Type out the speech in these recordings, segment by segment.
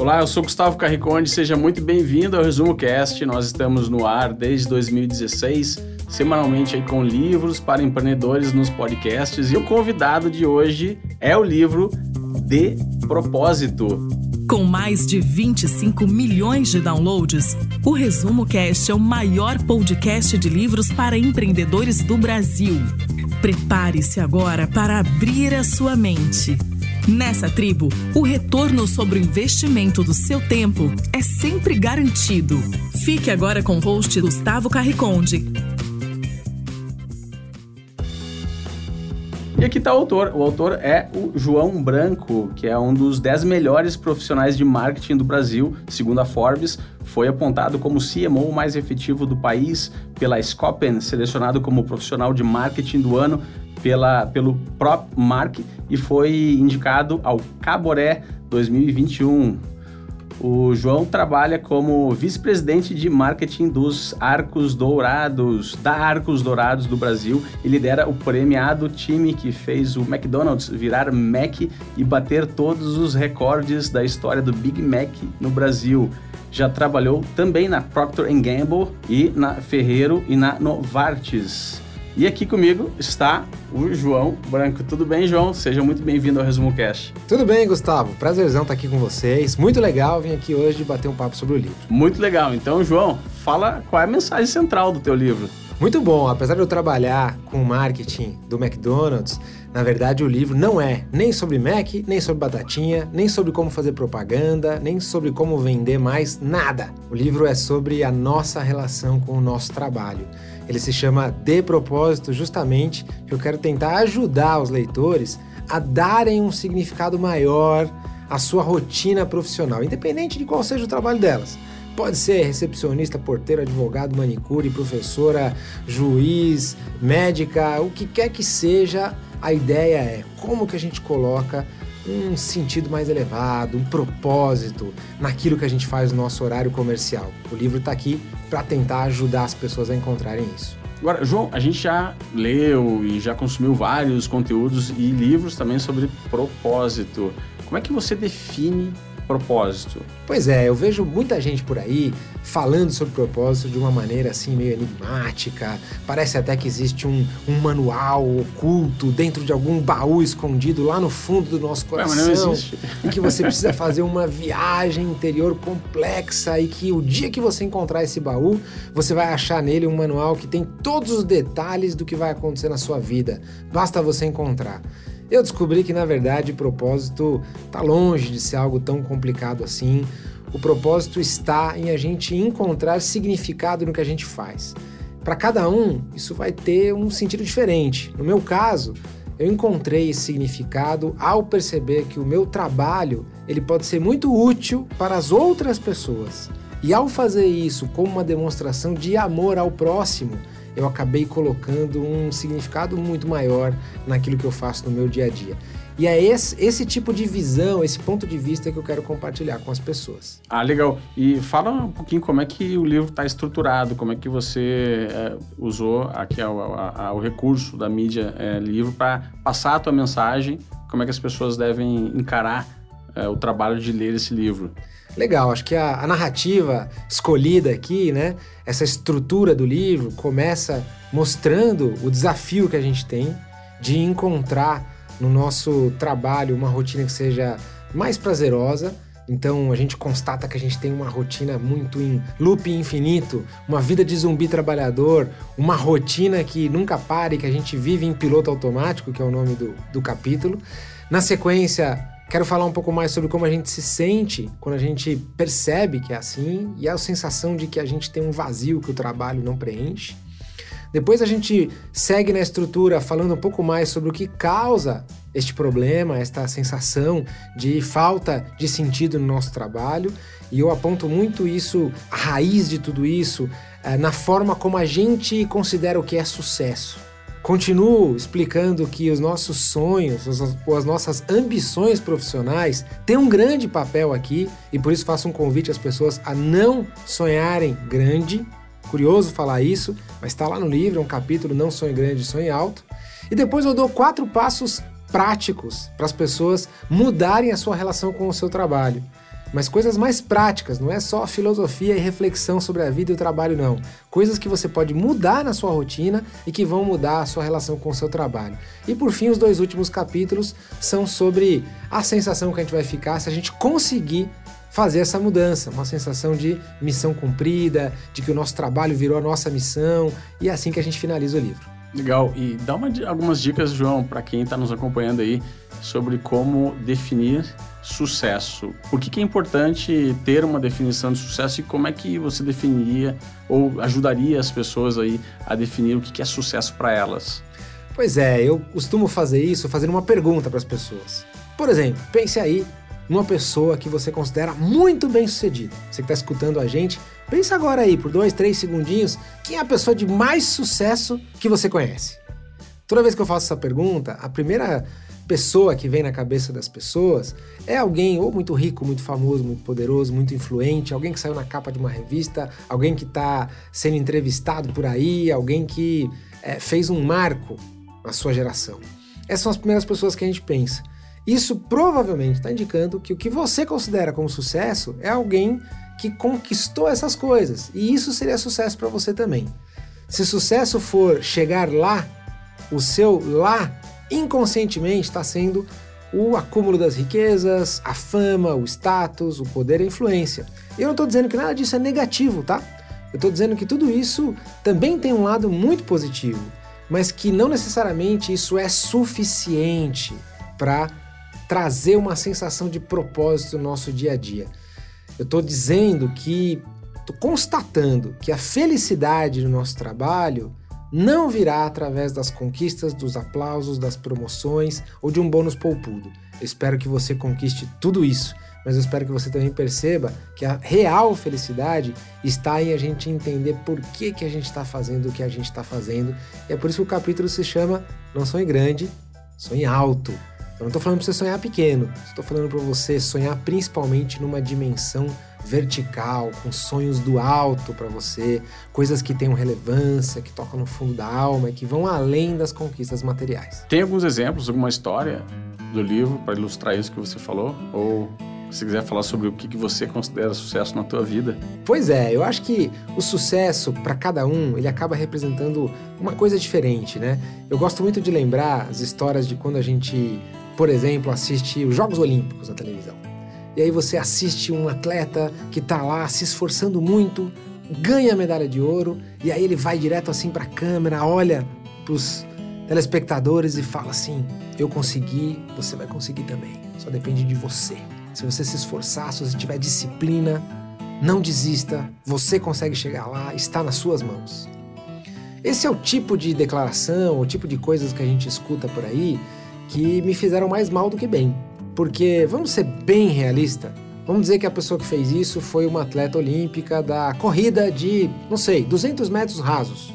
Olá, eu sou Gustavo Carriconde, seja muito bem-vindo ao Resumo Cast. Nós estamos no ar desde 2016, semanalmente aí com livros para empreendedores nos podcasts. E o convidado de hoje é o livro De Propósito. Com mais de 25 milhões de downloads, o Resumo Cast é o maior podcast de livros para empreendedores do Brasil. Prepare-se agora para abrir a sua mente. Nessa tribo, o retorno sobre o investimento do seu tempo é sempre garantido. Fique agora com o host Gustavo Carriconde. E aqui está o autor. O autor é o João Branco, que é um dos 10 melhores profissionais de marketing do Brasil, segundo a Forbes. Foi apontado como o CMO mais efetivo do país pela Scopen, selecionado como profissional de marketing do ano pelo PropMark e foi indicado ao Caboré 2021. O João trabalha como vice-presidente de marketing da Arcos Dourados do Brasil e lidera o premiado time que fez o McDonald's virar Mac e bater todos os recordes da história do Big Mac no Brasil. Já trabalhou também na Procter & Gamble e na Ferrero e na Novartis. E aqui comigo está o João Branco. Tudo bem, João? Seja muito bem-vindo ao Resumo Cast. Tudo bem, Gustavo. Prazerzão estar aqui com vocês. Muito legal vir aqui hoje bater um papo sobre o livro. Muito legal. Então, João, fala qual é a mensagem central do teu livro. Muito bom. Apesar de eu trabalhar com marketing do McDonald's, na verdade o livro não é nem sobre Mac, nem sobre batatinha, nem sobre como fazer propaganda, nem sobre como vender mais, nada. O livro é sobre a nossa relação com o nosso trabalho. Ele se chama De Propósito justamente porque eu quero tentar ajudar os leitores a darem um significado maior à sua rotina profissional, independente de qual seja o trabalho delas. Pode ser recepcionista, porteiro, advogado, manicure, professora, juiz, médica, o que quer que seja, a ideia é como que a gente coloca um sentido mais elevado, um propósito naquilo que a gente faz no nosso horário comercial. O livro está aqui para tentar ajudar as pessoas a encontrarem isso. Agora, João, a gente já leu e já consumiu vários conteúdos e livros também sobre propósito. Como é que você define propósito? Pois é, eu vejo muita gente por aí falando sobre propósito de uma maneira assim meio enigmática. Parece até que existe um manual oculto dentro de algum baú escondido lá no fundo do nosso coração. Mas não existe. E que você precisa fazer uma viagem interior complexa e que o dia que você encontrar esse baú, você vai achar nele um manual que tem todos os detalhes do que vai acontecer na sua vida. Basta você encontrar. Eu descobri que, na verdade, propósito está longe de ser algo tão complicado assim. O propósito está em a gente encontrar significado no que a gente faz. Para cada um, isso vai ter um sentido diferente. No meu caso, eu encontrei esse significado ao perceber que o meu trabalho ele pode ser muito útil para as outras pessoas. E ao fazer isso como uma demonstração de amor ao próximo, eu acabei colocando um significado muito maior naquilo que eu faço no meu dia a dia. E é esse tipo de visão, esse ponto de vista que eu quero compartilhar com as pessoas. Ah, legal. E fala um pouquinho como é que o livro está estruturado, como é que você usou aqui o recurso da mídia livro para passar a tua mensagem, como é que as pessoas devem encarar o trabalho de ler esse livro. Legal, acho que a narrativa escolhida aqui, né, essa estrutura do livro começa mostrando o desafio que a gente tem de encontrar no nosso trabalho uma rotina que seja mais prazerosa. Então a gente constata que a gente tem uma rotina muito em loop infinito, uma vida de zumbi trabalhador, uma rotina que nunca para e que a gente vive em piloto automático, que é o nome do capítulo. Na sequência, quero falar um pouco mais sobre como a gente se sente quando a gente percebe que é assim e a sensação de que a gente tem um vazio que o trabalho não preenche. Depois a gente segue na estrutura falando um pouco mais sobre o que causa este problema, esta sensação de falta de sentido no nosso trabalho. E eu aponto muito isso, a raiz de tudo isso, na forma como a gente considera o que é sucesso. Continuo explicando que os nossos sonhos, ou as nossas ambições profissionais têm um grande papel aqui e por isso faço um convite às pessoas a não sonharem grande. Curioso falar isso, mas está lá no livro, é um capítulo Não Sonhe Grande, Sonhe Alto. E depois eu dou 4 passos práticos para as pessoas mudarem a sua relação com o seu trabalho. mas coisas mais práticas, não é só filosofia e reflexão sobre a vida e o trabalho, não. Coisas que você pode mudar na sua rotina e que vão mudar a sua relação com o seu trabalho. E por fim, os 2 últimos capítulos são sobre a sensação que a gente vai ficar se a gente conseguir fazer essa mudança, uma sensação de missão cumprida, de que o nosso trabalho virou a nossa missão, e é assim que a gente finaliza o livro. Legal, e dá algumas dicas, João, para quem está nos acompanhando aí, sobre como definir sucesso. Por que é importante ter uma definição de sucesso e como é que você definiria ou ajudaria as pessoas aí a definir o que é sucesso para elas? Pois é, eu costumo fazer isso fazendo uma pergunta para as pessoas. Por exemplo, pense aí numa pessoa que você considera muito bem sucedida. Você que está escutando a gente, pensa agora aí, por 2, 3 segundinhos, quem é a pessoa de mais sucesso que você conhece? Toda vez que eu faço essa pergunta, a primeira pessoa que vem na cabeça das pessoas é alguém ou muito rico, muito famoso, muito poderoso, muito influente, alguém que saiu na capa de uma revista, alguém que está sendo entrevistado por aí, alguém que fez um marco na sua geração. Essas são as primeiras pessoas que a gente pensa. Isso provavelmente está indicando que o que você considera como sucesso é alguém que conquistou essas coisas, e isso seria sucesso para você também. Se sucesso for chegar lá, o seu lá inconscientemente está sendo o acúmulo das riquezas, a fama, o status, o poder e a influência. Eu não estou dizendo que nada disso é negativo, tá? Eu estou dizendo que tudo isso também tem um lado muito positivo, mas que não necessariamente isso é suficiente para trazer uma sensação de propósito no nosso dia a dia. Eu estou constatando que a felicidade no nosso trabalho não virá através das conquistas, dos aplausos, das promoções ou de um bônus poupudo. Eu espero que você conquiste tudo isso, mas eu espero que você também perceba que a real felicidade está em a gente entender por que a gente está fazendo o que a gente está fazendo. E é por isso que o capítulo se chama Não Sonhe Grande, Sonhe Alto. Eu não estou falando para você sonhar pequeno, estou falando para você sonhar principalmente numa dimensão vertical, com sonhos do alto para você, coisas que tenham relevância, que tocam no fundo da alma e que vão além das conquistas materiais. Tem alguns exemplos, alguma história do livro para ilustrar isso que você falou? Ou se quiser falar sobre o que você considera sucesso na tua vida? Pois é, eu acho que o sucesso, para cada um, ele acaba representando uma coisa diferente, né? Eu gosto muito de lembrar as histórias de quando a gente, por exemplo, assiste os Jogos Olímpicos na televisão. E aí você assiste um atleta que tá lá se esforçando muito, ganha a medalha de ouro, e aí ele vai direto assim pra câmera, olha pros telespectadores e fala assim: eu consegui, você vai conseguir também. Só depende de você. Se você se esforçar, se você tiver disciplina, não desista, você consegue chegar lá, está nas suas mãos. Esse é o tipo de declaração, o tipo de coisas que a gente escuta por aí que me fizeram mais mal do que bem. Porque, vamos ser bem realista, vamos dizer que a pessoa que fez isso foi uma atleta olímpica da corrida de, 200 metros rasos.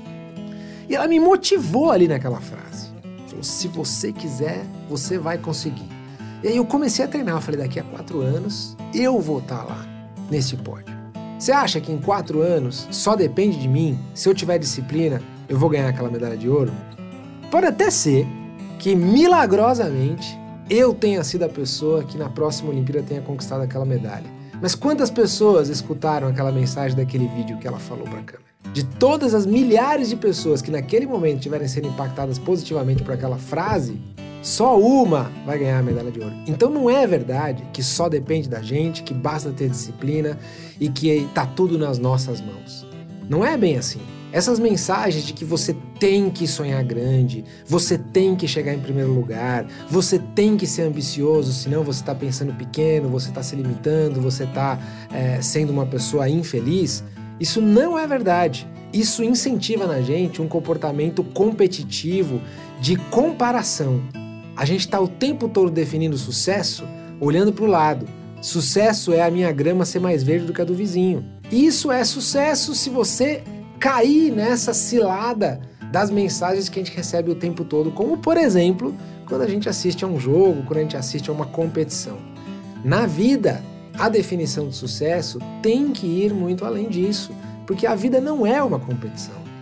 E ela me motivou ali naquela frase. Falou, se você quiser, você vai conseguir. E aí eu comecei a treinar, eu falei, daqui a 4 anos eu vou estar lá, nesse pódio. Você acha que em 4 anos só depende de mim, se eu tiver disciplina, eu vou ganhar aquela medalha de ouro? Pode até ser que milagrosamente eu tenha sido a pessoa que na próxima Olimpíada tenha conquistado aquela medalha. Mas quantas pessoas escutaram aquela mensagem daquele vídeo que ela falou para a câmera? De todas as milhares de pessoas que naquele momento tiverem sendo impactadas positivamente por aquela frase, só uma vai ganhar a medalha de ouro. Então não é verdade que só depende da gente, que basta ter disciplina e que tá tudo nas nossas mãos. Não é bem assim. Essas mensagens de que você tem que sonhar grande, você tem que chegar em primeiro lugar, você tem que ser ambicioso, senão você está pensando pequeno, você está se limitando, você está sendo uma pessoa infeliz, isso não é verdade. Isso incentiva na gente um comportamento competitivo de comparação. A gente está o tempo todo definindo sucesso olhando para o lado. Sucesso é a minha grama ser mais verde do que a do vizinho. Isso é sucesso se você cair nessa cilada das mensagens que a gente recebe o tempo todo, como, por exemplo, quando a gente assiste a um jogo, quando a gente assiste a uma competição. Na vida, a definição de sucesso tem que ir muito além disso, porque a vida não é uma competição.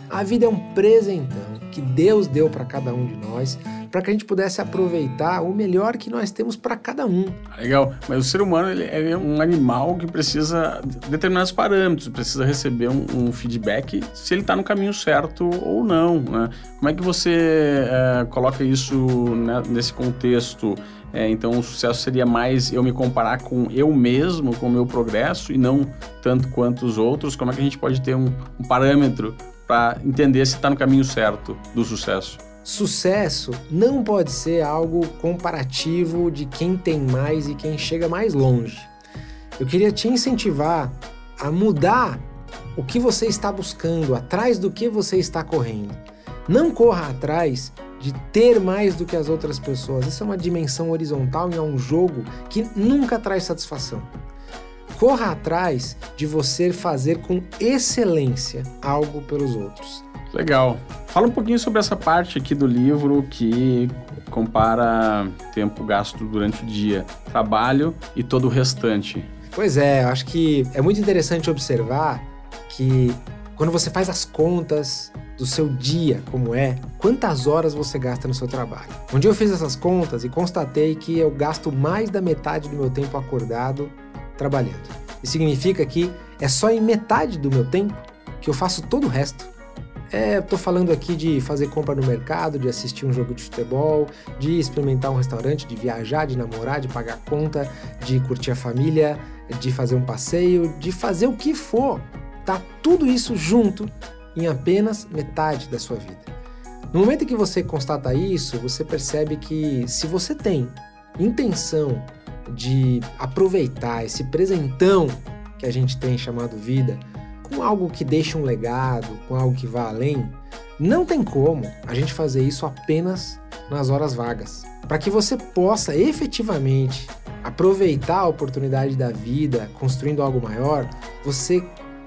A vida é um presentão que Deus deu para cada um de nós, para que a gente pudesse aproveitar o melhor que nós temos para cada um. Legal, mas o ser humano ele é um animal que precisa de determinados parâmetros, precisa receber um feedback se ele está no caminho certo ou não, né? Como é que você coloca isso, né, nesse contexto? Então o sucesso seria mais eu me comparar com eu mesmo, com o meu progresso e não tanto quanto os outros. Como é que a gente pode ter um parâmetro para entender se está no caminho certo do sucesso? Sucesso não pode ser algo comparativo de quem tem mais e quem chega mais longe. Eu queria te incentivar a mudar o que você está buscando, atrás do que você está correndo. Não corra atrás de ter mais do que as outras pessoas. Isso é uma dimensão horizontal e é um jogo que nunca traz satisfação. Corra atrás de você fazer com excelência algo pelos outros. Legal. Fala um pouquinho sobre essa parte aqui do livro que compara tempo gasto durante o dia, trabalho e todo o restante. Pois é, eu acho que é muito interessante observar que quando você faz as contas do seu dia, como quantas horas você gasta no seu trabalho. Um dia eu fiz essas contas e constatei que eu gasto mais da metade do meu tempo acordado trabalhando. Isso significa que é só em metade do meu tempo que eu faço todo o resto. Eu tô falando aqui de fazer compra no mercado, de assistir um jogo de futebol, de experimentar um restaurante, de viajar, de namorar, de pagar conta, de curtir a família, de fazer um passeio, de fazer o que for. Tá tudo isso junto em apenas metade da sua vida. No momento em que você constata isso, você percebe que se você tem intenção de aproveitar esse presentão que a gente tem chamado vida, com algo que deixe um legado, com algo que vá além, não tem como a gente fazer isso apenas nas horas vagas. Para que você possa efetivamente aproveitar a oportunidade da vida, construindo algo maior, você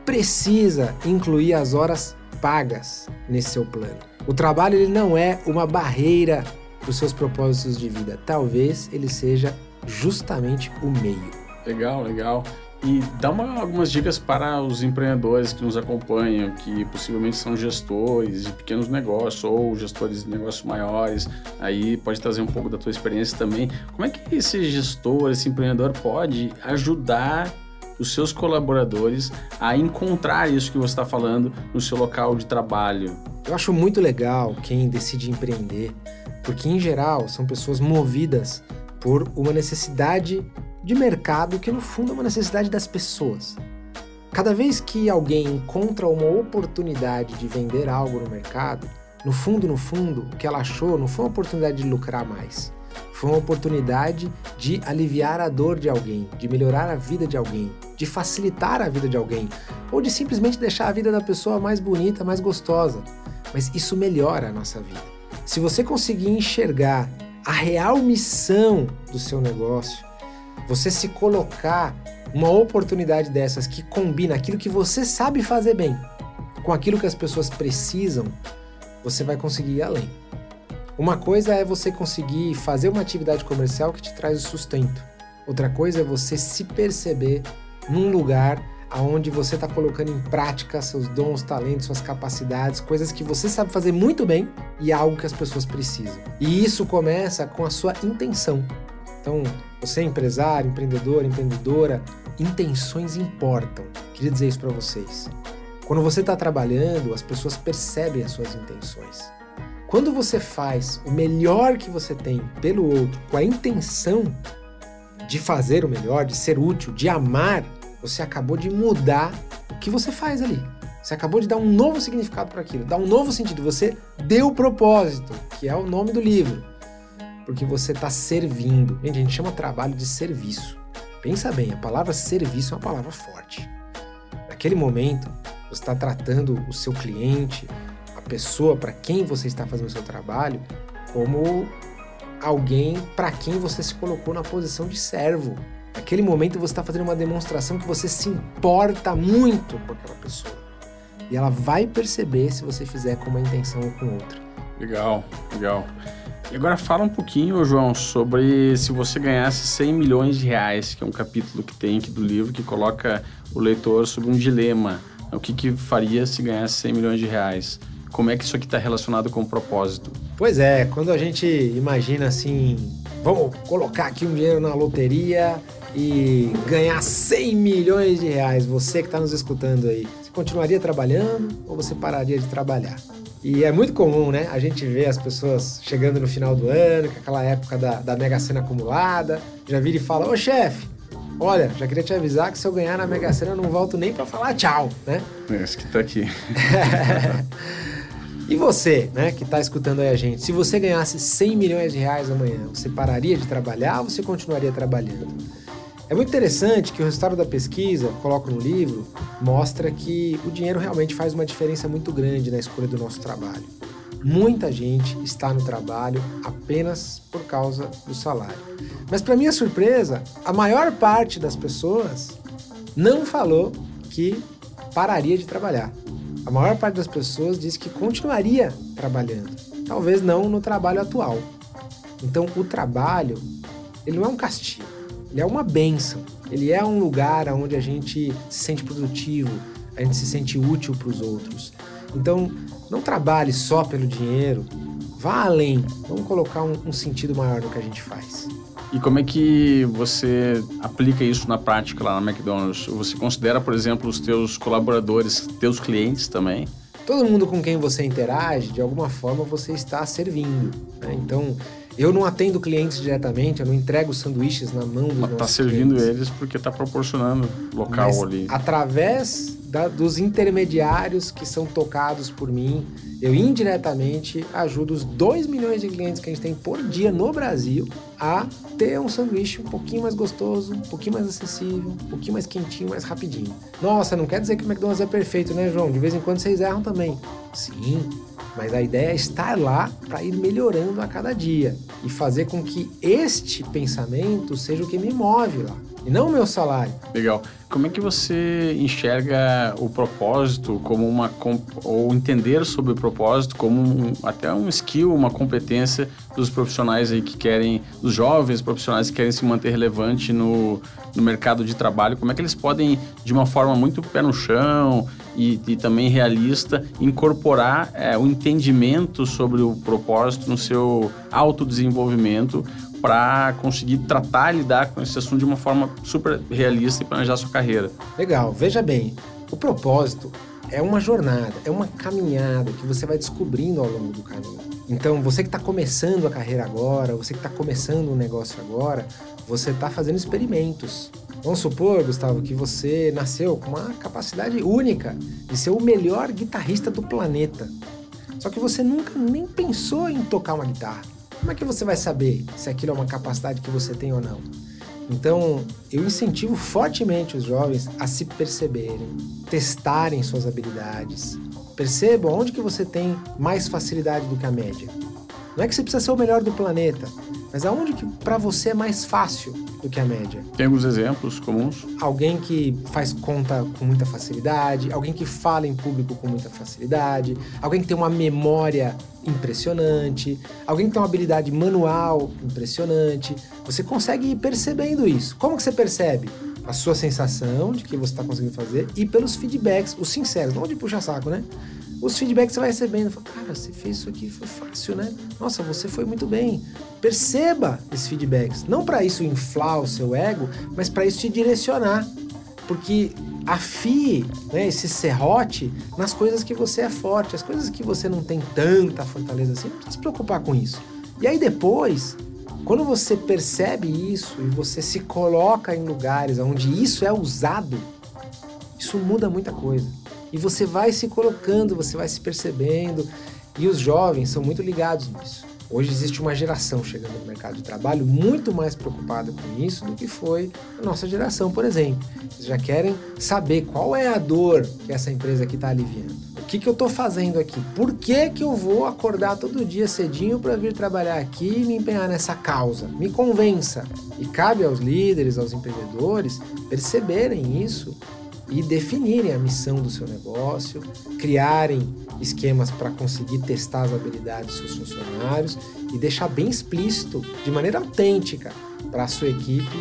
precisa incluir as horas pagas nesse seu plano. O trabalho ele não é uma barreira para os seus propósitos de vida. Talvez ele seja justamente o meio. Legal, legal. E dá algumas dicas para os empreendedores que nos acompanham, que possivelmente são gestores de pequenos negócios ou gestores de negócios maiores. Aí pode trazer um pouco da tua experiência também. Como é que esse gestor, esse empreendedor pode ajudar os seus colaboradores a encontrar isso que você está falando no seu local de trabalho? Eu acho muito legal quem decide empreender, porque em geral são pessoas movidas por uma necessidade de mercado que no fundo é uma necessidade das pessoas. Cada vez que alguém encontra uma oportunidade de vender algo no mercado, no fundo, o que ela achou não foi uma oportunidade de lucrar mais. Foi uma oportunidade de aliviar a dor de alguém, de melhorar a vida de alguém, de facilitar a vida de alguém, ou de simplesmente deixar a vida da pessoa mais bonita, mais gostosa. Mas isso melhora a nossa vida. Se você conseguir enxergar a real missão do seu negócio, você se colocar uma oportunidade dessas que combina aquilo que você sabe fazer bem com aquilo que as pessoas precisam, você vai conseguir ir além. Uma coisa é você conseguir fazer uma atividade comercial que te traz o sustento. Outra coisa é você se perceber num lugar onde você está colocando em prática seus dons, talentos, suas capacidades, coisas que você sabe fazer muito bem e é algo que as pessoas precisam. E isso começa com a sua intenção. Então, você é empresário, empreendedor, empreendedora, intenções importam. Queria dizer isso para vocês. Quando você está trabalhando, as pessoas percebem as suas intenções. Quando você faz o melhor que você tem pelo outro, com a intenção de fazer o melhor, de ser útil, de amar, você acabou de mudar o que você faz ali. Você acabou de dar um novo significado para aquilo, dar um novo sentido. Você deu propósito, que é o nome do livro. Porque você está servindo. Gente, a gente chama trabalho de serviço. Pensa bem, a palavra serviço é uma palavra forte. Naquele momento, você está tratando o seu cliente, a pessoa para quem você está fazendo o seu trabalho, como alguém para quem você se colocou na posição de servo. Naquele momento, você está fazendo uma demonstração que você se importa muito com aquela pessoa. E ela vai perceber se você fizer com uma intenção ou com outra. Legal, legal. E agora fala um pouquinho, João, sobre se você ganhasse 100 milhões de reais, que é um capítulo que tem aqui do livro que coloca o leitor sob um dilema. O que faria se ganhasse 100 milhões de reais? Como é que isso aqui está relacionado com o propósito? Pois é, quando a gente imagina assim, vamos colocar aqui um dinheiro na loteria e ganhar 100 milhões de reais, você que está nos escutando aí, você continuaria trabalhando ou você pararia de trabalhar? E é muito comum, né? A gente vê as pessoas chegando no final do ano, com aquela época da Mega Sena acumulada, já vira e fala, ô chefe, olha, já queria te avisar que se eu ganhar na Mega Sena eu não volto nem para falar tchau, né? Esse que tá aqui. E você, né, que está escutando aí a gente, se você ganhasse 100 milhões de reais amanhã, você pararia de trabalhar ou você continuaria trabalhando? É muito interessante que o resultado da pesquisa, coloco no livro, mostra que o dinheiro realmente faz uma diferença muito grande na escolha do nosso trabalho. Muita gente está no trabalho apenas por causa do salário. Mas, para minha surpresa, a maior parte das pessoas não falou que pararia de trabalhar. A maior parte das pessoas disse que continuaria trabalhando, talvez não no trabalho atual. Então, o trabalho, ele não é um castigo. Ele é uma bênção, ele é um lugar onde a gente se sente produtivo, a gente se sente útil para os outros. Então, não trabalhe só pelo dinheiro, vá além, vamos colocar um sentido maior no que a gente faz. E como é que você aplica isso na prática lá na McDonald's? Você considera, por exemplo, os teus colaboradores, teus clientes também? Todo mundo com quem você interage, de alguma forma você está servindo, né? Então, eu não atendo clientes diretamente, eu não entrego sanduíches na mão dos nossos clientes. Está servindo eles porque está proporcionando local. Mas, ali. Através dos intermediários que são tocados por mim, eu indiretamente ajudo os 2 milhões de clientes que a gente tem por dia no Brasil a ter um sanduíche um pouquinho mais gostoso, um pouquinho mais acessível, um pouquinho mais quentinho, mais rapidinho. Nossa, não quer dizer que o McDonald's é perfeito, né, João? De vez em quando vocês erram também. Sim, mas a ideia é estar lá para ir melhorando a cada dia e fazer com que este pensamento seja o que me move lá, e não o meu salário. Legal. Como é que você enxerga o propósito como ou entender sobre o propósito como até um skill, uma competência dos profissionais aí que querem, dos jovens profissionais que querem se manter relevante no mercado de trabalho? Como é que eles podem, de uma forma muito pé no chão e também realista, incorporar o entendimento sobre o propósito no seu autodesenvolvimento para conseguir tratar e lidar com esse assunto de uma forma super realista e planejar a sua carreira? Legal, veja bem, o propósito é uma jornada, é uma caminhada que você vai descobrindo ao longo do caminho. Então, você que está começando a carreira agora, você que está começando um negócio agora, você está fazendo experimentos. Vamos supor, Gustavo, que você nasceu com uma capacidade única de ser o melhor guitarrista do planeta. Só que você nunca nem pensou em tocar uma guitarra. Como é que você vai saber se aquilo é uma capacidade que você tem ou não? Então, eu incentivo fortemente os jovens a se perceberem, testarem suas habilidades. Percebam onde que você tem mais facilidade do que a média. Não é que você precisa ser o melhor do planeta, mas aonde que para você é mais fácil do que a média. Tem alguns exemplos comuns? Alguém que faz conta com muita facilidade, alguém que fala em público com muita facilidade, alguém que tem uma memória impressionante, alguém que tem uma habilidade manual impressionante. Você consegue ir percebendo isso. Como que você percebe? A sua sensação de que você está conseguindo fazer e pelos feedbacks, os sinceros, não de puxar saco, né? Os feedbacks você vai recebendo, fala, cara, você fez isso aqui, foi fácil, né? Nossa, você foi muito bem. Perceba esses feedbacks, não para isso inflar o seu ego, mas para isso te direcionar, porque afie, né, esse serrote nas coisas que você é forte, as coisas que você não tem tanta fortaleza assim, não precisa se preocupar com isso. E aí depois, quando você percebe isso e você se coloca em lugares onde isso é usado, isso muda muita coisa. E você vai se colocando, você vai se percebendo, e os jovens são muito ligados nisso. Hoje existe uma geração chegando no mercado de trabalho muito mais preocupada com isso do que foi a nossa geração, por exemplo. Eles já querem saber qual é a dor que essa empresa aqui está aliviando. O que eu estou fazendo aqui? Por que eu vou acordar todo dia cedinho para vir trabalhar aqui e me empenhar nessa causa? Me convença. E cabe aos líderes, aos empreendedores, perceberem isso e definirem a missão do seu negócio, criarem esquemas para conseguir testar as habilidades dos seus funcionários e deixar bem explícito, de maneira autêntica, para a sua equipe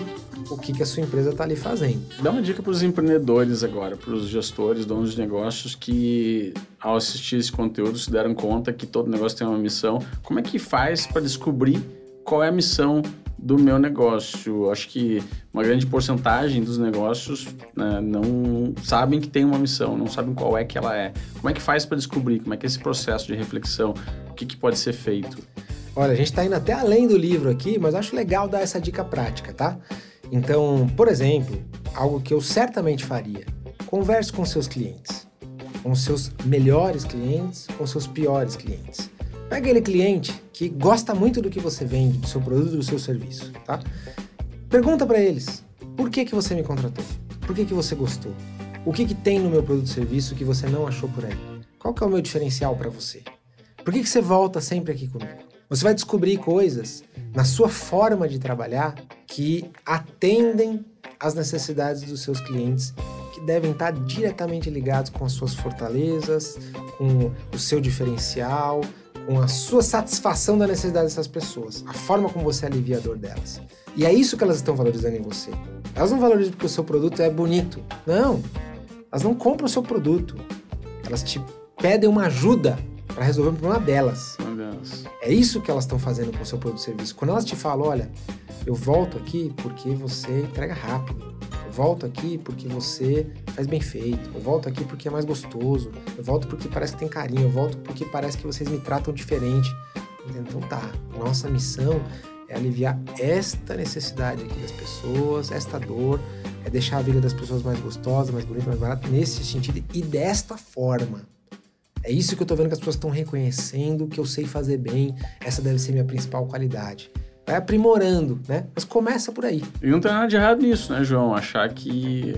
o que a sua empresa está ali fazendo. Dá uma dica para os empreendedores agora, para os gestores, donos de negócios que, ao assistir esse conteúdo, se deram conta que todo negócio tem uma missão. Como é que faz para descobrir qual é a missão do meu negócio? Acho que uma grande porcentagem dos negócios, né, não sabem que tem uma missão, não sabem qual é que ela é. Como é que faz para descobrir? Como é que é esse processo de reflexão? O que pode ser feito? Olha, a gente está indo até além do livro aqui, mas acho legal dar essa dica prática, tá? Então, por exemplo, algo que eu certamente faria: converse com seus clientes, com seus melhores clientes, com seus piores clientes. Pega aquele cliente que gosta muito do que você vende, do seu produto, do seu serviço, tá? Pergunta para eles: por que você me contratou? Por que você gostou? O que tem no meu produto e serviço que você não achou por aí? Qual que é o meu diferencial para você? Por que você volta sempre aqui comigo? Você vai descobrir coisas na sua forma de trabalhar que atendem às necessidades dos seus clientes, que devem estar diretamente ligados com as suas fortalezas, com o seu diferencial, com a sua satisfação da necessidade dessas pessoas, a forma como você alivia a dor delas. E é isso que elas estão valorizando em você. Elas não valorizam porque o seu produto é bonito. Não. Elas não compram o seu produto. Elas te pedem uma ajuda para resolver um problema delas. É isso que elas estão fazendo com o seu produto e serviço. Quando elas te falam: olha, eu volto aqui porque você entrega rápido. Eu volto aqui porque você faz bem feito. Eu volto aqui porque é mais gostoso. Eu volto porque parece que tem carinho. Eu volto porque parece que vocês me tratam diferente. Então tá, nossa missão é aliviar esta necessidade aqui das pessoas, esta dor, é deixar a vida das pessoas mais gostosa, mais bonita, mais barata, nesse sentido e desta forma. É isso que eu tô vendo que as pessoas estão reconhecendo, que eu sei fazer bem, essa deve ser minha principal qualidade. Vai aprimorando, né? Mas começa por aí. E não tem nada de errado nisso, né, João? Achar que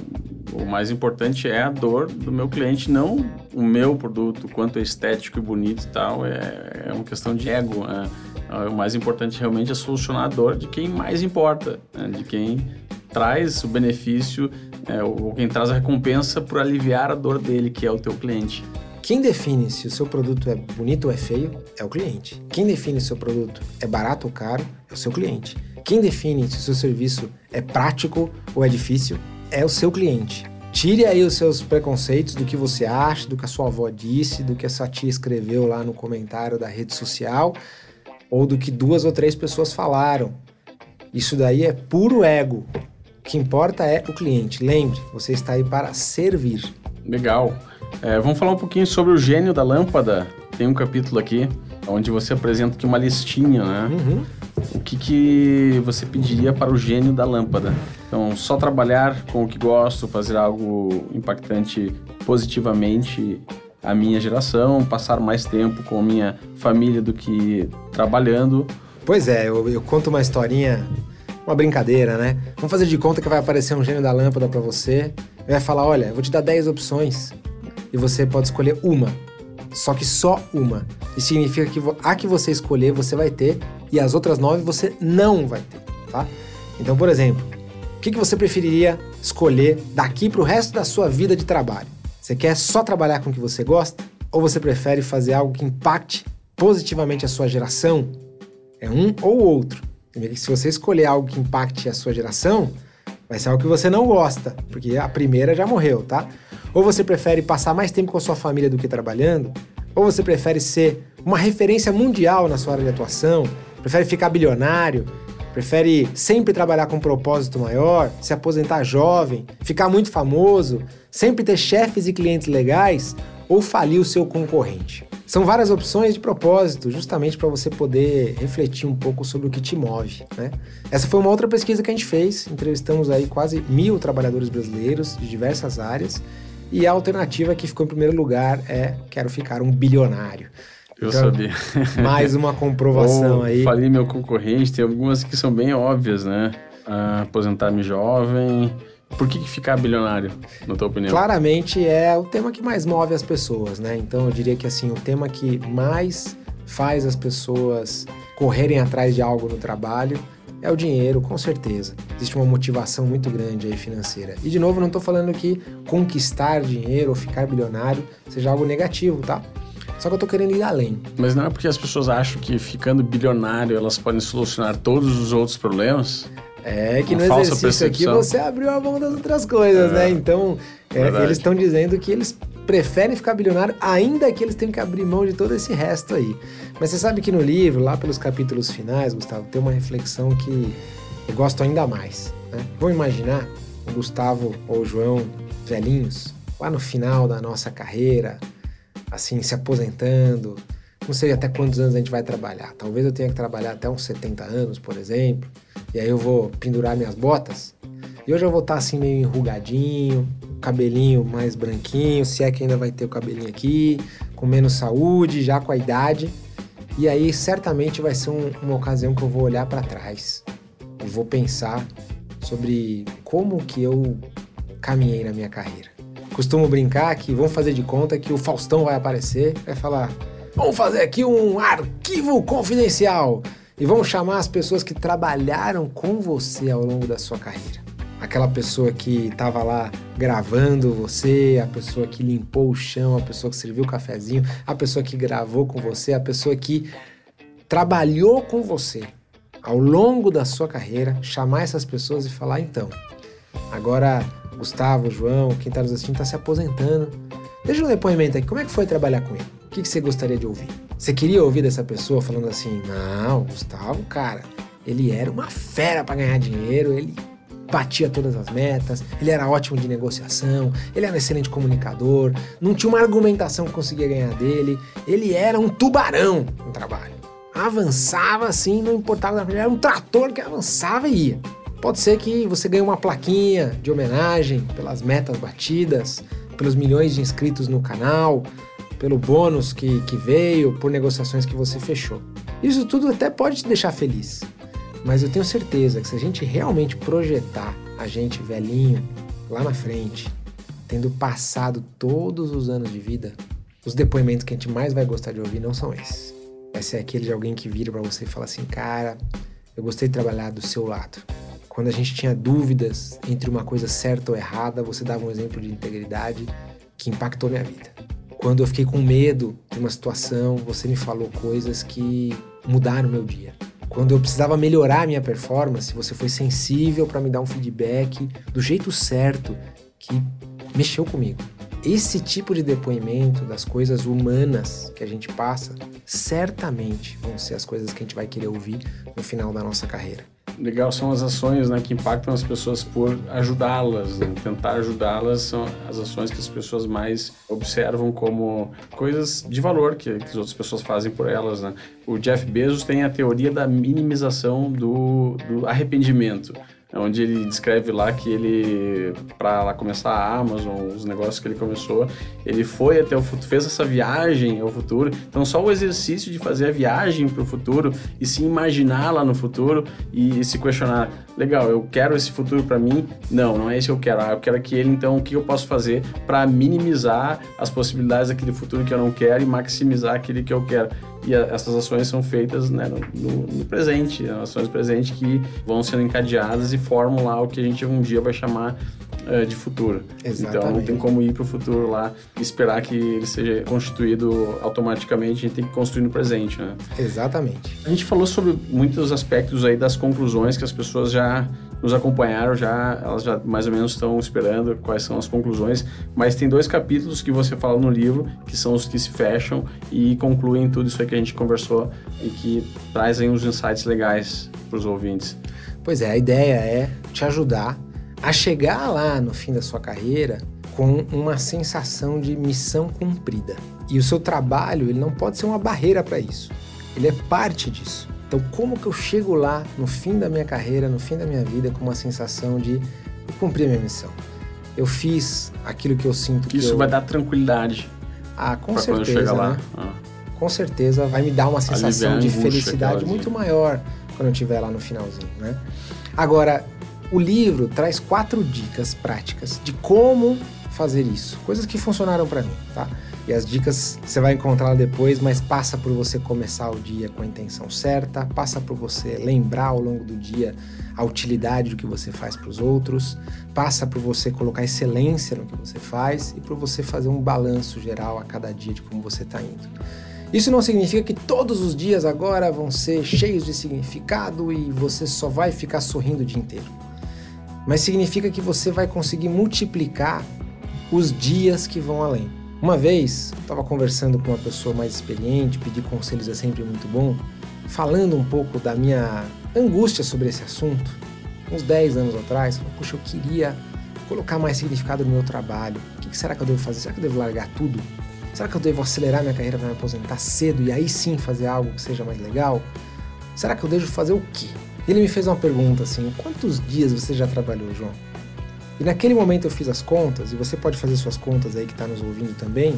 o mais importante é a dor do meu cliente, não o meu produto, quanto é estético e bonito e tal. É uma questão de ego, né? O mais importante realmente é solucionar a dor de quem mais importa, né? De quem traz o benefício, ou quem traz a recompensa por aliviar a dor dele, que é o teu cliente. Quem define se o seu produto é bonito ou é feio é o cliente. Quem define se o seu produto é barato ou caro é o seu cliente. Quem define se o seu serviço é prático ou é difícil é o seu cliente. Tire aí os seus preconceitos do que você acha, do que a sua avó disse, do que a sua tia escreveu lá no comentário da rede social ou do que 2 ou 3 pessoas falaram. Isso daí é puro ego. O que importa é o cliente. Lembre, você está aí para servir. Legal. Vamos falar um pouquinho sobre o gênio da lâmpada. Tem um capítulo aqui onde você apresenta aqui uma listinha, né? Uhum. O que você pediria para o gênio da lâmpada? Então, só trabalhar com o que gosto, fazer algo impactante positivamente a minha geração, passar mais tempo com a minha família do que trabalhando. Pois é, eu conto uma historinha, uma brincadeira, né? Vamos fazer de conta que vai aparecer um gênio da lâmpada para você. Ele vai falar: olha, eu vou te dar 10 opções e você pode escolher uma, só que só uma. Isso significa que a que você escolher você vai ter e as outras 9 você não vai ter, tá? Então, por exemplo, o que você preferiria escolher daqui para o resto da sua vida de trabalho? Você quer só trabalhar com o que você gosta? Ou você prefere fazer algo que impacte positivamente a sua geração? É um ou outro. Se você escolher algo que impacte a sua geração, vai ser algo que você não gosta, porque a primeira já morreu, tá? Ou você prefere passar mais tempo com a sua família do que trabalhando? Ou você prefere ser uma referência mundial na sua área de atuação? Prefere ficar bilionário? Prefere sempre trabalhar com um propósito maior? Se aposentar jovem? Ficar muito famoso? Sempre ter chefes e clientes legais? Ou falir o seu concorrente? São várias opções de propósito, justamente para você poder refletir um pouco sobre o que te move, né? Essa foi uma outra pesquisa que a gente fez. Entrevistamos aí quase 1.000 trabalhadores brasileiros de diversas áreas. E a alternativa que ficou em primeiro lugar é: quero ficar um bilionário. Eu sabia. Mais uma comprovação aí. Falei meu concorrente, tem algumas que são bem óbvias, né? Aposentar-me jovem. Por que ficar bilionário, na tua opinião? Claramente é o tema que mais move as pessoas, né? Então eu diria que assim, o tema que mais faz as pessoas correrem atrás de algo no trabalho é o dinheiro, com certeza. Existe uma motivação muito grande aí financeira. E de novo, não estou falando que conquistar dinheiro ou ficar bilionário seja algo negativo, tá? Só que eu tô querendo ir além. Mas não é porque as pessoas acham que ficando bilionário elas podem solucionar todos os outros problemas? É que no exercício aqui você abriu a mão das outras coisas, né? Então, eles estão dizendo que eles preferem ficar bilionário, ainda que eles tenham que abrir mão de todo esse resto aí. Mas você sabe que no livro, lá pelos capítulos finais, Gustavo, tem uma reflexão que eu gosto ainda mais, né? Vamos imaginar o Gustavo ou o João velhinhos, lá no final da nossa carreira, assim, se aposentando. Não sei até quantos anos a gente vai trabalhar. Talvez eu tenha que trabalhar até uns 70 anos, por exemplo. E aí eu vou pendurar minhas botas. E hoje eu vou estar assim meio enrugadinho, cabelinho mais branquinho, se é que ainda vai ter o cabelinho aqui, com menos saúde, já com a idade. E aí certamente vai ser uma ocasião que eu vou olhar para trás e vou pensar sobre como que eu caminhei na minha carreira. Costumo brincar que vamos fazer de conta que o Faustão vai aparecer, vai falar: vamos fazer aqui um arquivo confidencial e vamos chamar as pessoas que trabalharam com você ao longo da sua carreira. Aquela pessoa que estava lá gravando você, a pessoa que limpou o chão, a pessoa que serviu o cafezinho, a pessoa que gravou com você, a pessoa que trabalhou com você ao longo da sua carreira, chamar essas pessoas e falar: então, agora Gustavo, João, quem está nos assistindo está se aposentando. Deixa um depoimento aqui, como é que foi trabalhar com ele? O que você gostaria de ouvir? Você queria ouvir dessa pessoa falando assim: não, Gustavo, cara, ele era uma fera para ganhar dinheiro, ele batia todas as metas, ele era ótimo de negociação, ele era um excelente comunicador, não tinha uma argumentação que conseguia ganhar dele, ele era um tubarão no trabalho. Avançava assim, não importava, ele era um trator que avançava e ia. Pode ser que você ganhe uma plaquinha de homenagem pelas metas batidas, pelos milhões de inscritos no canal, pelo bônus que veio, por negociações que você fechou. Isso tudo até pode te deixar feliz. Mas eu tenho certeza que se a gente realmente projetar a gente velhinho lá na frente, tendo passado todos os anos de vida, os depoimentos que a gente mais vai gostar de ouvir não são esses. Vai ser aquele de alguém que vira pra você e fala assim: cara, eu gostei de trabalhar do seu lado. Quando a gente tinha dúvidas entre uma coisa certa ou errada, você dava um exemplo de integridade que impactou minha vida. Quando eu fiquei com medo de uma situação, você me falou coisas que mudaram o meu dia. Quando eu precisava melhorar a minha performance, você foi sensível para me dar um feedback do jeito certo que mexeu comigo. Esse tipo de depoimento das coisas humanas que a gente passa, certamente vão ser as coisas que a gente vai querer ouvir no final da nossa carreira. Legal, são as ações, né, que impactam as pessoas por ajudá-las, né? Tentar ajudá-las são as ações que as pessoas mais observam como coisas de valor que as outras pessoas fazem por elas, né? O Jeff Bezos tem a teoria da minimização do arrependimento, onde ele descreve lá que ele, para lá começar a Amazon, os negócios que ele começou, ele foi até o futuro, fez essa viagem ao futuro. Então só o exercício de fazer a viagem para o futuro e se imaginar lá no futuro e se questionar: legal, eu quero esse futuro para mim? Não é esse que eu quero. Eu quero aquele, então o que eu posso fazer para minimizar as possibilidades daquele futuro que eu não quero e maximizar aquele que eu quero? E essas ações são feitas, né, no presente, ações presentes que vão sendo encadeadas e formam lá o que a gente um dia vai chamar de futuro. Exatamente. Então não tem como ir para o futuro lá e esperar que ele seja constituído automaticamente, a gente tem que construir no presente, né? Exatamente. A gente falou sobre muitos aspectos aí das conclusões que as pessoas já nos acompanharam, elas já mais ou menos estão esperando quais são as conclusões, mas tem 2 capítulos que você fala no livro, que são os que se fecham e concluem tudo isso aí que a gente conversou e que trazem uns insights legais para os ouvintes. Pois é, a ideia é te ajudar a chegar lá no fim da sua carreira com uma sensação de missão cumprida. E o seu trabalho, ele não pode ser uma barreira para isso, ele é parte disso. Então, como que eu chego lá no fim da minha carreira, no fim da minha vida, com uma sensação de cumprir a minha missão? Eu fiz aquilo que eu sinto que isso vai dar tranquilidade. Com certeza, quando eu chegar lá. Né? Com certeza vai me dar uma sensação de felicidade muito maior quando eu estiver lá no finalzinho, né? Agora, o livro traz 4 dicas práticas de como fazer isso. Coisas que funcionaram para mim, tá? E as dicas você vai encontrar lá depois, mas passa por você começar o dia com a intenção certa, passa por você lembrar ao longo do dia a utilidade do que você faz para os outros, passa por você colocar excelência no que você faz e por você fazer um balanço geral a cada dia de como você está indo. Isso não significa que todos os dias agora vão ser cheios de significado e você só vai ficar sorrindo o dia inteiro. Mas significa que você vai conseguir multiplicar os dias que vão além. Uma vez, eu estava conversando com uma pessoa mais experiente, pedir conselhos é sempre muito bom, falando um pouco da minha angústia sobre esse assunto, uns 10 anos atrás, falei, puxa, eu queria colocar mais significado no meu trabalho. O que será que eu devo fazer? Será que eu devo largar tudo? Será que eu devo acelerar minha carreira para me aposentar cedo e aí sim fazer algo que seja mais legal? Será que eu devo fazer o quê? Ele me fez uma pergunta assim, quantos dias você já trabalhou, João? E naquele momento eu fiz as contas, e você pode fazer suas contas aí que está nos ouvindo também,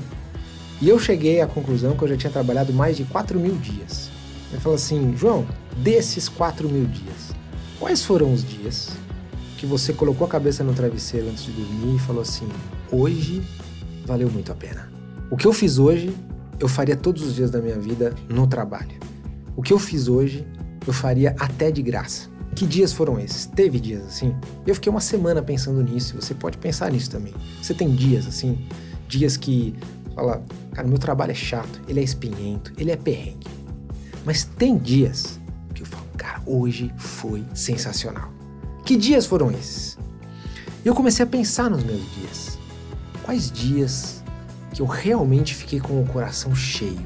e eu cheguei à conclusão que eu já tinha trabalhado mais de 4.000 dias. Ele falou assim, João, desses 4.000 dias, quais foram os dias que você colocou a cabeça no travesseiro antes de dormir e falou assim, hoje valeu muito a pena. O que eu fiz hoje, eu faria todos os dias da minha vida no trabalho. O que eu fiz hoje, eu faria até de graça. Que dias foram esses? Teve dias assim? Eu fiquei uma semana pensando nisso, você pode pensar nisso também. Você tem dias assim? Dias que fala, cara, meu trabalho é chato, ele é espinhento, ele é perrengue. Mas tem dias que eu falo, cara, hoje foi sensacional. Que dias foram esses? E eu comecei a pensar nos meus dias. Quais dias que eu realmente fiquei com o coração cheio?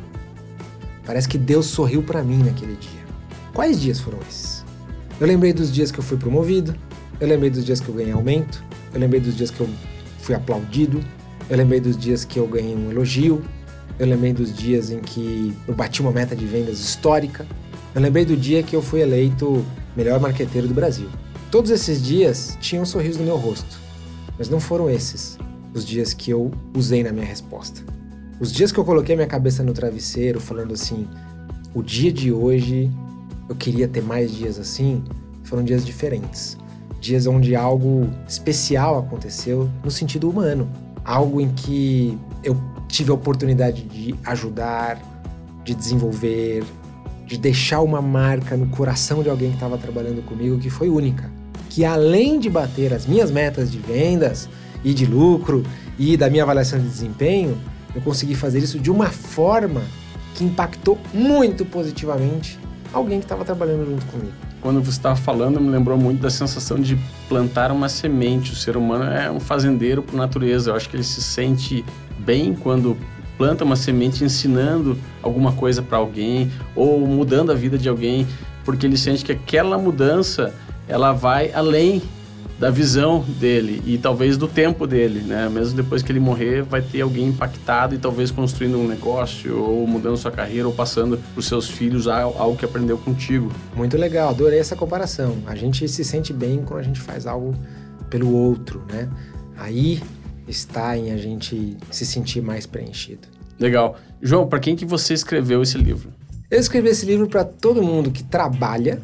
Parece que Deus sorriu pra mim naquele dia. Quais dias foram esses? Eu lembrei dos dias que eu fui promovido, eu lembrei dos dias que eu ganhei aumento, eu lembrei dos dias que eu fui aplaudido, eu lembrei dos dias que eu ganhei um elogio, eu lembrei dos dias em que eu bati uma meta de vendas histórica, eu lembrei do dia que eu fui eleito melhor marqueteiro do Brasil. Todos esses dias tinham um sorriso no meu rosto, mas não foram esses os dias que eu usei na minha resposta. Os dias que eu coloquei a minha cabeça no travesseiro falando assim, o dia de hoje eu queria ter mais dias assim, foram dias diferentes. Dias onde algo especial aconteceu no sentido humano. Algo em que eu tive a oportunidade de ajudar, de desenvolver, de deixar uma marca no coração de alguém que estava trabalhando comigo que foi única. Que além de bater as minhas metas de vendas e de lucro e da minha avaliação de desempenho, eu consegui fazer isso de uma forma que impactou muito positivamente alguém que estava trabalhando junto comigo. Quando você estava falando, me lembrou muito da sensação de plantar uma semente. O ser humano é um fazendeiro por natureza. Eu acho que ele se sente bem quando planta uma semente ensinando alguma coisa para alguém ou mudando a vida de alguém, porque ele sente que aquela mudança ela vai além da visão dele e talvez do tempo dele, né? Mesmo depois que ele morrer, vai ter alguém impactado e talvez construindo um negócio ou mudando sua carreira ou passando para os seus filhos algo que aprendeu contigo. Muito legal, adorei essa comparação. A gente se sente bem quando a gente faz algo pelo outro, né? Aí está em a gente se sentir mais preenchido. Legal. João, para quem que você escreveu esse livro? Eu escrevi esse livro para todo mundo que trabalha,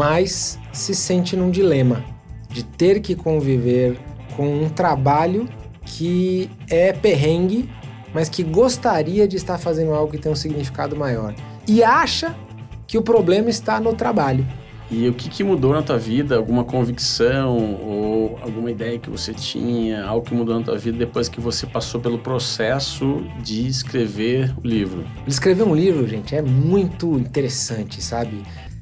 mas se sente num dilema de ter que conviver com um trabalho que é perrengue, mas que gostaria de estar fazendo algo que tem um significado maior. E acha que o problema está no trabalho. E o que mudou na tua vida? Alguma convicção ou alguma ideia que você tinha? Algo que mudou na tua vida depois que você passou pelo processo de escrever o livro? Escrever um livro, gente, é muito interessante, sabe?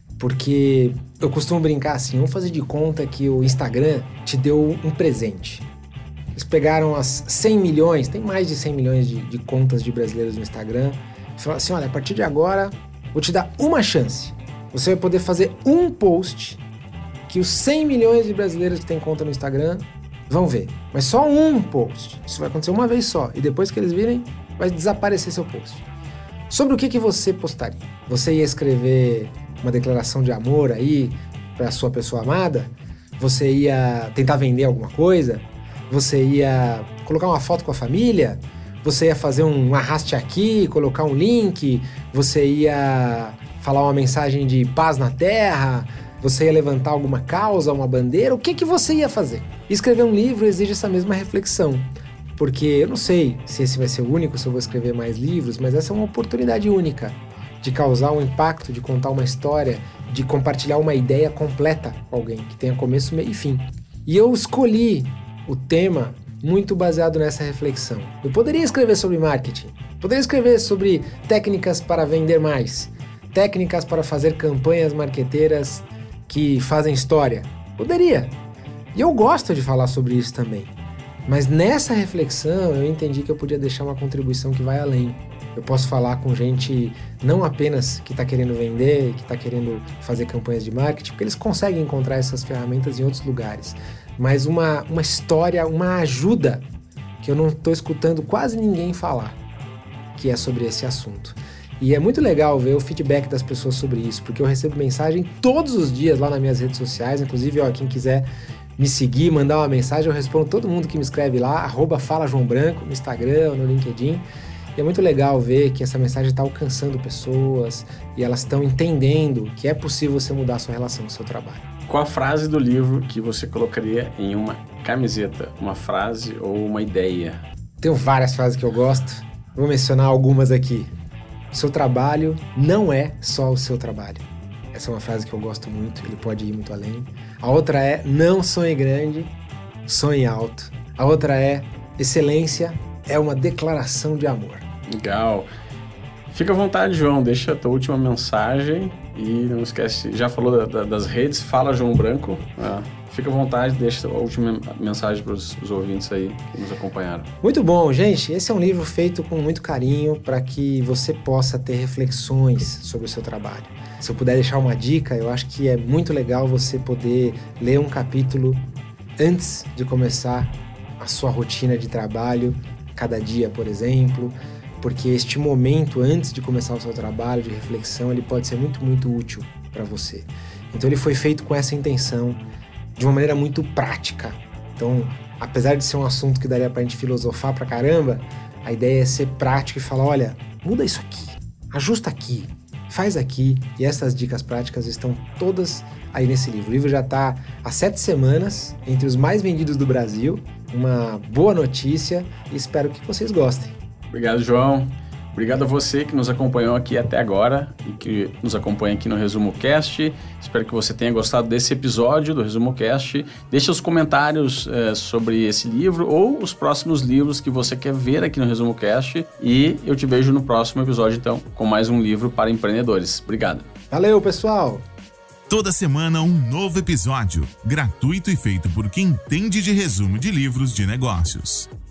Porque eu costumo brincar assim, vamos fazer de conta que o Instagram te deu um presente. Eles pegaram as 100 milhões, tem mais de 100 milhões de contas de brasileiros no Instagram, e falaram assim, olha, a partir de agora, vou te dar uma chance. Você vai poder fazer um post que os 100 milhões de brasileiros que têm conta no Instagram vão ver. Mas só um post. Isso vai acontecer uma vez só. E depois que eles virem, vai desaparecer seu post. Sobre o que você postaria? Você ia escrever uma declaração de amor aí para a sua pessoa amada? Você ia tentar vender alguma coisa? Você ia colocar uma foto com a família? Você ia fazer um arraste aqui, colocar um link? Você ia falar uma mensagem de paz na terra? Você ia levantar alguma causa, uma bandeira? O que você ia fazer? Escrever um livro exige essa mesma reflexão. Porque eu não sei se esse vai ser o único, se eu vou escrever mais livros, mas essa é uma oportunidade única de causar um impacto, de contar uma história, de compartilhar uma ideia completa com alguém, que tenha começo, meio e fim. E eu escolhi o tema muito baseado nessa reflexão. Eu poderia escrever sobre marketing, poderia escrever sobre técnicas para vender mais, técnicas para fazer campanhas marqueteiras que fazem história. Poderia. E eu gosto de falar sobre isso também. Mas nessa reflexão eu entendi que eu podia deixar uma contribuição que vai além. Eu posso falar com gente não apenas que está querendo vender, que está querendo fazer campanhas de marketing, porque eles conseguem encontrar essas ferramentas em outros lugares. Mas uma história, uma ajuda que eu não estou escutando quase ninguém falar, que é sobre esse assunto. E é muito legal ver o feedback das pessoas sobre isso, porque eu recebo mensagem todos os dias lá nas minhas redes sociais, inclusive, quem quiser me seguir, mandar uma mensagem, eu respondo todo mundo que me escreve lá, @FalaJoãoBranco, no Instagram, no LinkedIn. E é muito legal ver que essa mensagem está alcançando pessoas e elas estão entendendo que é possível você mudar a sua relação com o seu trabalho. Qual a frase do livro que você colocaria em uma camiseta? Uma frase ou uma ideia? Tenho várias frases que eu gosto, vou mencionar algumas aqui. O seu trabalho não é só o seu trabalho. Essa é uma frase que eu gosto muito, ele pode ir muito além. A outra é: não sonhe grande, sonhe alto. A outra é: excelência é uma declaração de amor. Legal. Fica à vontade, João, deixa a tua última mensagem e não esquece, já falou das redes, Fala João Branco. Fica à vontade, deixa a última mensagem para os ouvintes aí que nos acompanharam. Muito bom, gente. Esse é um livro feito com muito carinho para que você possa ter reflexões sobre o seu trabalho. Se eu puder deixar uma dica, eu acho que é muito legal você poder ler um capítulo antes de começar a sua rotina de trabalho, cada dia, por exemplo, porque este momento antes de começar o seu trabalho de reflexão, ele pode ser muito, muito útil para você. Então ele foi feito com essa intenção, de uma maneira muito prática. Então, apesar de ser um assunto que daria pra gente filosofar pra caramba, a ideia é ser prático e falar: olha, muda isso aqui, ajusta aqui, faz aqui. E essas dicas práticas estão todas aí nesse livro. O livro já está há 7 semanas entre os mais vendidos do Brasil. Uma boa notícia e espero que vocês gostem. Obrigado, João. Obrigado a você que nos acompanhou aqui até agora e que nos acompanha aqui no Resumo Cast. Espero que você tenha gostado desse episódio do Resumo Cast. Deixe os comentários sobre esse livro ou os próximos livros que você quer ver aqui no Resumo Cast. E eu te vejo no próximo episódio, então, com mais um livro para empreendedores. Obrigado. Valeu, pessoal! Toda semana um novo episódio, gratuito e feito por quem entende de resumo de livros de negócios.